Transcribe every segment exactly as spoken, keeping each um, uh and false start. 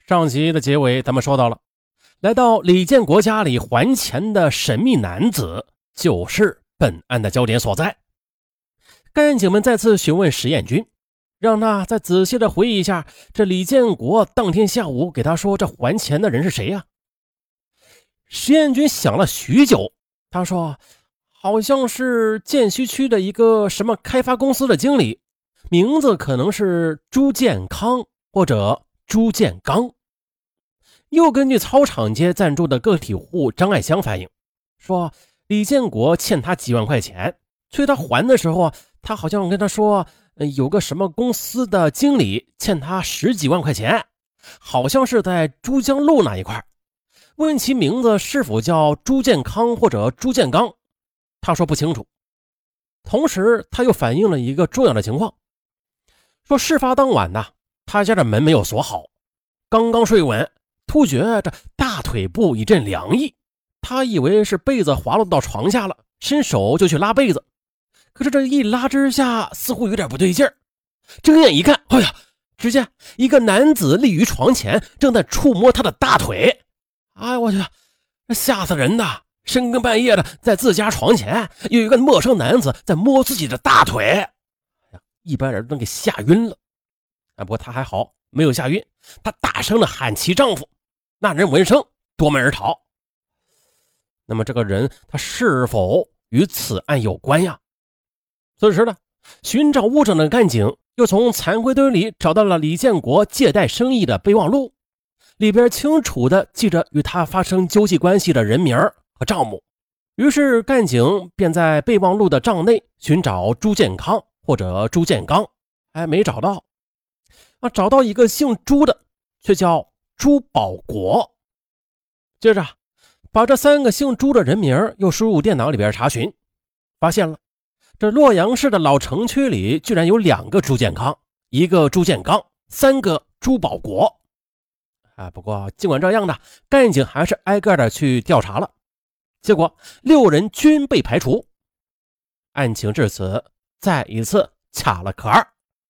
上集的结尾咱们说到了，来到李建国家里还钱的神秘男子就是本案的焦点所在。干警们再次询问石彦军，让他再仔细的回忆一下这李建国当天下午给他说这还钱的人是谁呀、啊？石彦军想了许久，他说好像是建西区的一个什么开发公司的经理，名字可能是朱建康或者朱建刚。又根据操场街暂住的个体户张爱香反映说，李建国欠他几万块钱，催他还的时候，他好像跟他说有个什么公司的经理欠他十几万块钱，好像是在珠江路那一块。问其名字是否叫朱建康或者朱建刚，他说不清楚。同时他又反映了一个重要的情况，说事发当晚呢，他家的门没有锁好，刚刚睡稳，突觉这大腿部一阵凉意，他以为是被子滑落到床下了，伸手就去拉被子，可是这一拉之下似乎有点不对劲儿，睁眼一看，哎呀，只见一个男子立于床前，正在触摸他的大腿。哎我去，吓死人的，深更半夜的在自家床前有一个陌生男子在摸自己的大腿，哎呀，一般人都给吓晕了。不过他还好没有吓晕，他大声的喊其丈夫，那人闻声夺门而逃。那么这个人他是否与此案有关呀？此时呢，寻找物证的干警又从残灰堆里找到了李建国借贷生意的备忘录，里边清楚的记着与他发生交际关系的人名和账目。于是干警便在备忘录的账内寻找朱建康或者朱建刚，哎，没找到啊，找到一个姓朱的，却叫朱保国。接着把这三个姓朱的人名又输入电脑里边查询，发现了这洛阳市的老城区里居然有两个朱建康，一个朱建刚，三个朱保国。啊，不过尽管这样的，干警还是挨个的去调查了，结果六人均被排除。案情至此再一次卡了壳。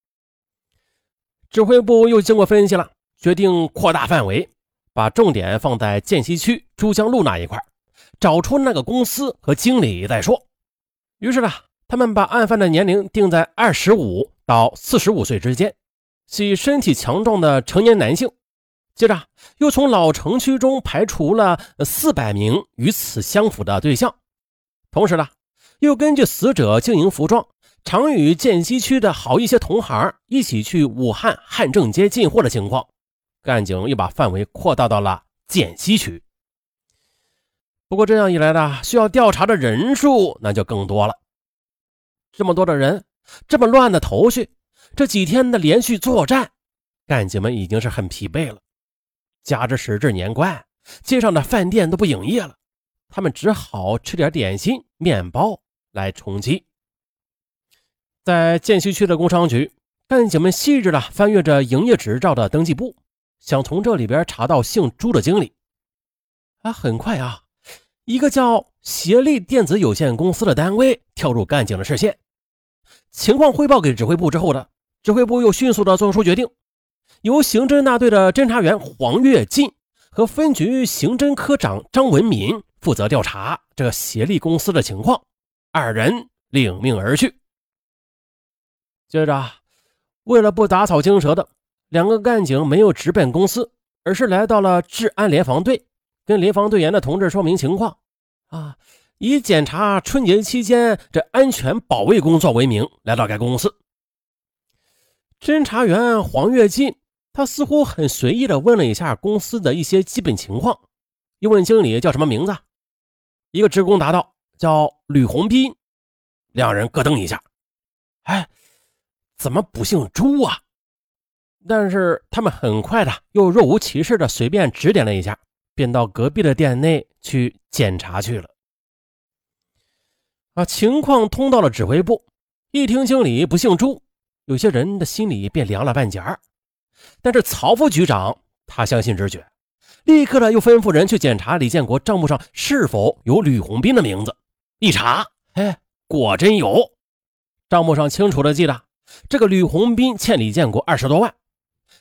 指挥部又经过分析了，决定扩大范围，把重点放在涧西区珠江路那一块，找出那个公司和经理再说。于是呢，他们把案犯的年龄定在二十五到四十五岁之间，系身体强壮的成年男性。接着又从老城区中排除了四百名与此相符的对象。同时呢，又根据死者经营服装，常与涧西区的好一些同行一起去武汉汉正街进货的情况，干警又把范围扩大到了涧西区。不过这样一来呢，需要调查的人数那就更多了。这么多的人，这么乱的头绪，这几天的连续作战，干警们已经是很疲惫了。加之时至年关，街上的饭店都不营业了，他们只好吃点点心面包来充饥。在涧西区的工商局，干警们细致地翻阅着营业执照的登记簿，想从这里边查到姓朱的经理。啊，很快啊，一个叫协力电子有限公司的单位跳入干警的视线。情况汇报给指挥部之后的，指挥部又迅速地做出决定，由刑侦大队的侦查员黄跃进和分局刑侦科长张文民负责调查这个协力公司的情况，二人领命而去。接着，为了不打草惊蛇的，两个干警没有直奔公司，而是来到了治安联防队，跟联防队员的同志说明情况啊，以检查春节期间这安全保卫工作为名来到该公司。侦查员黄跃进他似乎很随意地问了一下公司的一些基本情况，又问经理叫什么名字。一个职工答道叫吕红斌。两人咯噔一下，哎，怎么不姓朱啊？但是他们很快的又若无其事的随便指点了一下，便到隔壁的店内去检查去了。啊，情况通到了指挥部，一听经理不姓朱，有些人的心里便凉了半截儿。但是曹副局长他相信直觉，立刻的又吩咐人去检查李建国账目上是否有吕红斌的名字。一查，哎，果真有，账目上清楚的记得这个吕红斌欠李建国二十多万，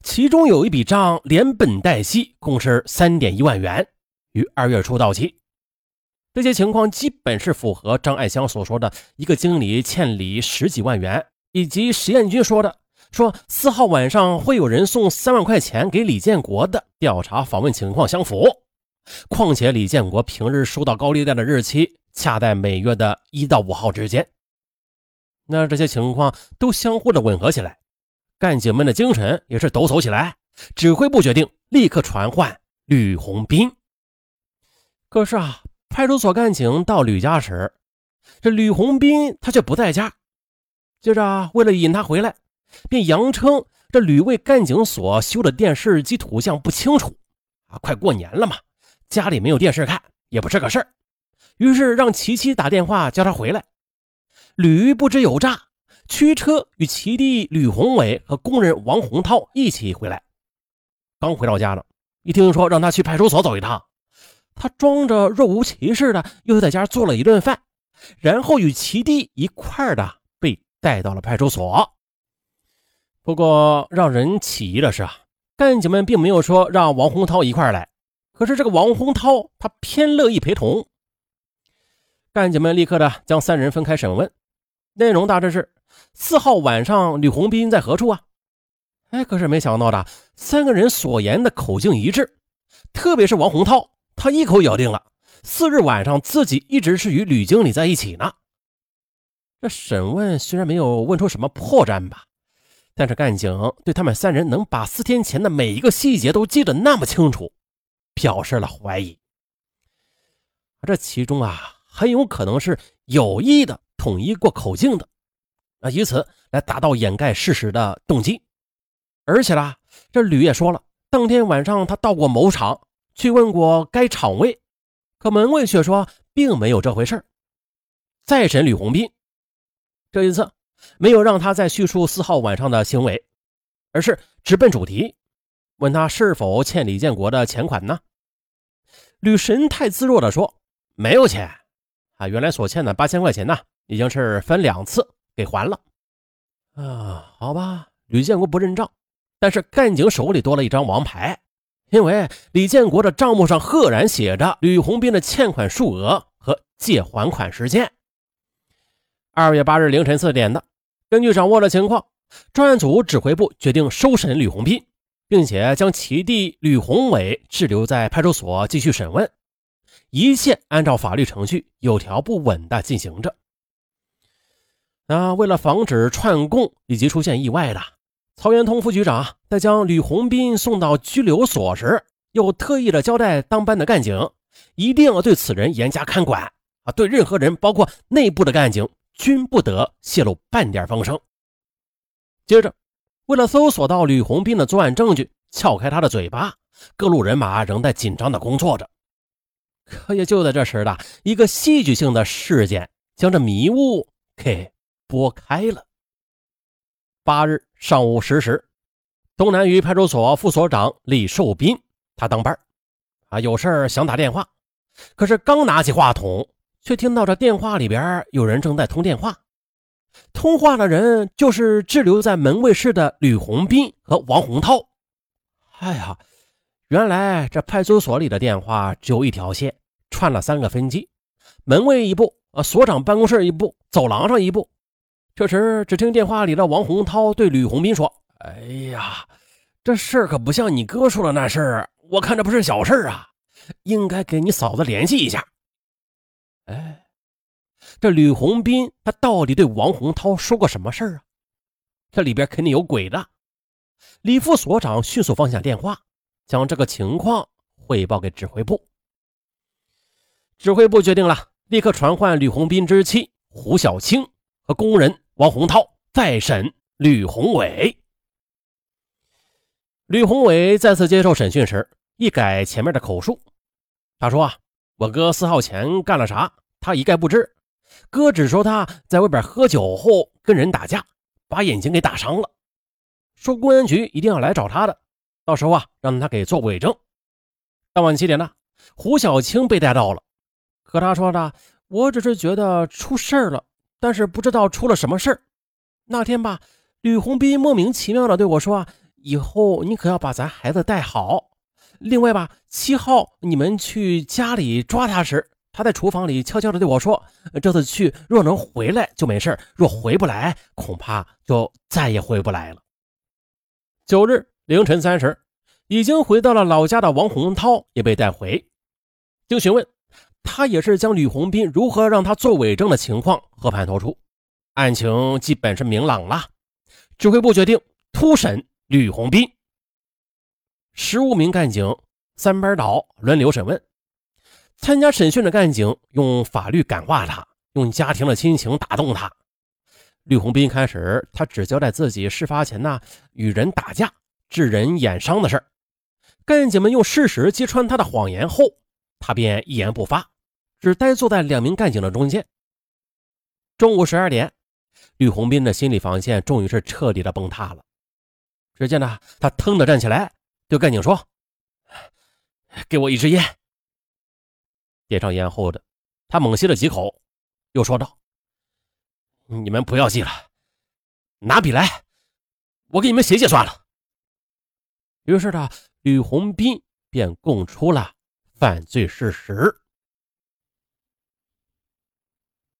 其中有一笔账连本带息共是 三点一万元，于二月初到期。这些情况基本是符合张爱香所说的一个经理欠礼十几万元，以及石彦军说的说四号晚上会有人送三万块钱给李建国的调查访问情况相符。况且李建国平日收到高利贷的日期恰在每月的一到五号之间。那这些情况都相互的吻合起来，干警们的精神也是抖擞起来，指挥部决定立刻传唤吕红斌。可是啊，派出所干警到吕家时，这吕红斌他却不在家。接着啊，为了引他回来，便扬称这吕为干警所修的电视机图像不清楚啊，快过年了嘛，家里没有电视看也不是个事儿，于是让琪琪打电话叫他回来。吕不知有诈，驱车与其弟吕宏伟和工人王洪涛一起回来。刚回到家呢，一听说让他去派出所走一趟，他装着若无其事的又在家做了一顿饭，然后与其弟一块的被带到了派出所。不过让人起疑的是啊，干警们并没有说让王洪涛一块来，可是这个王洪涛他偏乐意陪同。干警们立刻的将三人分开审问，内容大致是四号晚上吕红斌在何处啊？哎，可是没想到的，三个人所言的口径一致，特别是王洪涛，他一口咬定了四日晚上自己一直是与吕经理在一起呢。这审问虽然没有问出什么破绽吧，但是干警对他们三人能把四天前的每一个细节都记得那么清楚表示了怀疑。这其中啊，很有可能是有意的统一过口径的，以此来达到掩盖事实的动机。而且啦，这吕也说了，当天晚上他到过某厂，去问过该厂卫，可门卫却说并没有这回事。再审吕红斌，这一次没有让他再叙述四号晚上的行为，而是直奔主题，问他是否欠李建国的钱款呢？吕神态自若地说没有钱啊，原来所欠的八千块钱呢，已经是分两次给还了。啊，好吧，吕建国不认账，但是干警手里多了一张王牌，因为李建国的账目上赫然写着吕红斌的欠款数额和借还款时间。二月八日凌晨四点的，根据掌握的情况，专案组指挥部决定收审吕红斌，并且将其弟吕宏伟滞留在派出所继续审问，一切按照法律程序有条不紊地进行着。那为了防止串供以及出现意外的，曹元通副局长在将吕红斌送到拘留所时，又特意的交代当班的干警一定要对此人严加看管啊，对任何人包括内部的干警均不得泄露半点风声。接着为了搜索到吕红斌的作案证据，撬开他的嘴巴，各路人马仍在紧张的工作着。可也就在这时的一个戏剧性的事件将这迷雾给拨开了。八日上午十时，东南隅派出所副所长李寿斌他当班啊，有事想打电话，可是刚拿起话筒，却听到这电话里边有人正在通电话。通话的人就是滞留在门卫室的吕红斌和王洪涛。哎呀，原来这派出所里的电话只有一条线，串了三个分机，门卫一部，所长办公室一部，走廊上一部。这时只听电话里的王洪涛对吕红斌说，哎呀，这事可不像你哥说的那事，我看这不是小事啊，应该给你嫂子联系一下。哎，这吕红斌他到底对王洪涛说过什么事啊？这里边肯定有鬼的。李副所长迅速放下电话，将这个情况汇报给指挥部。指挥部决定了，立刻传唤吕红斌之妻胡小青和工人王洪涛再审吕宏伟。吕宏伟再次接受审讯时，一改前面的口述，他说啊，我哥四号前干了啥他一概不知，哥只说他在外边喝酒后跟人打架，把眼睛给打伤了，说公安局一定要来找他的，到时候啊让他给做伪证。当晚七点呢，胡小青被带到了，可他说的，我只是觉得出事了，但是不知道出了什么事儿。那天吧，吕红斌莫名其妙的对我说， 以后你可要把咱孩子带好。另外吧，七号你们去家里抓他时，他在厨房里悄悄地对我说，这次去若能回来就没事，若回不来恐怕就再也回不来了。九日凌晨三时，已经回到了老家的王洪涛也被带回。经询问，他也是将吕红斌如何让他做伪证的情况和盘托出，案情基本是明朗了。指挥部决定突审吕红斌。十五名干警三班倒轮流审问，参加审讯的干警用法律感化他，用家庭的亲情打动他。吕红斌开始他只交代自己事发前呢与人打架致人眼伤的事儿，干警们用事实揭穿他的谎言后，他便一言不发，只呆坐在两名干警的中间。中午十二点，吕红斌的心理防线终于是彻底的崩塌了。只见呢他腾地站起来，对干警说，给我一支烟。点上烟后的他猛吸了几口，又说道，你们不要记了，拿笔来，我给你们写写算了。于是呢吕红斌便供出了犯罪事实。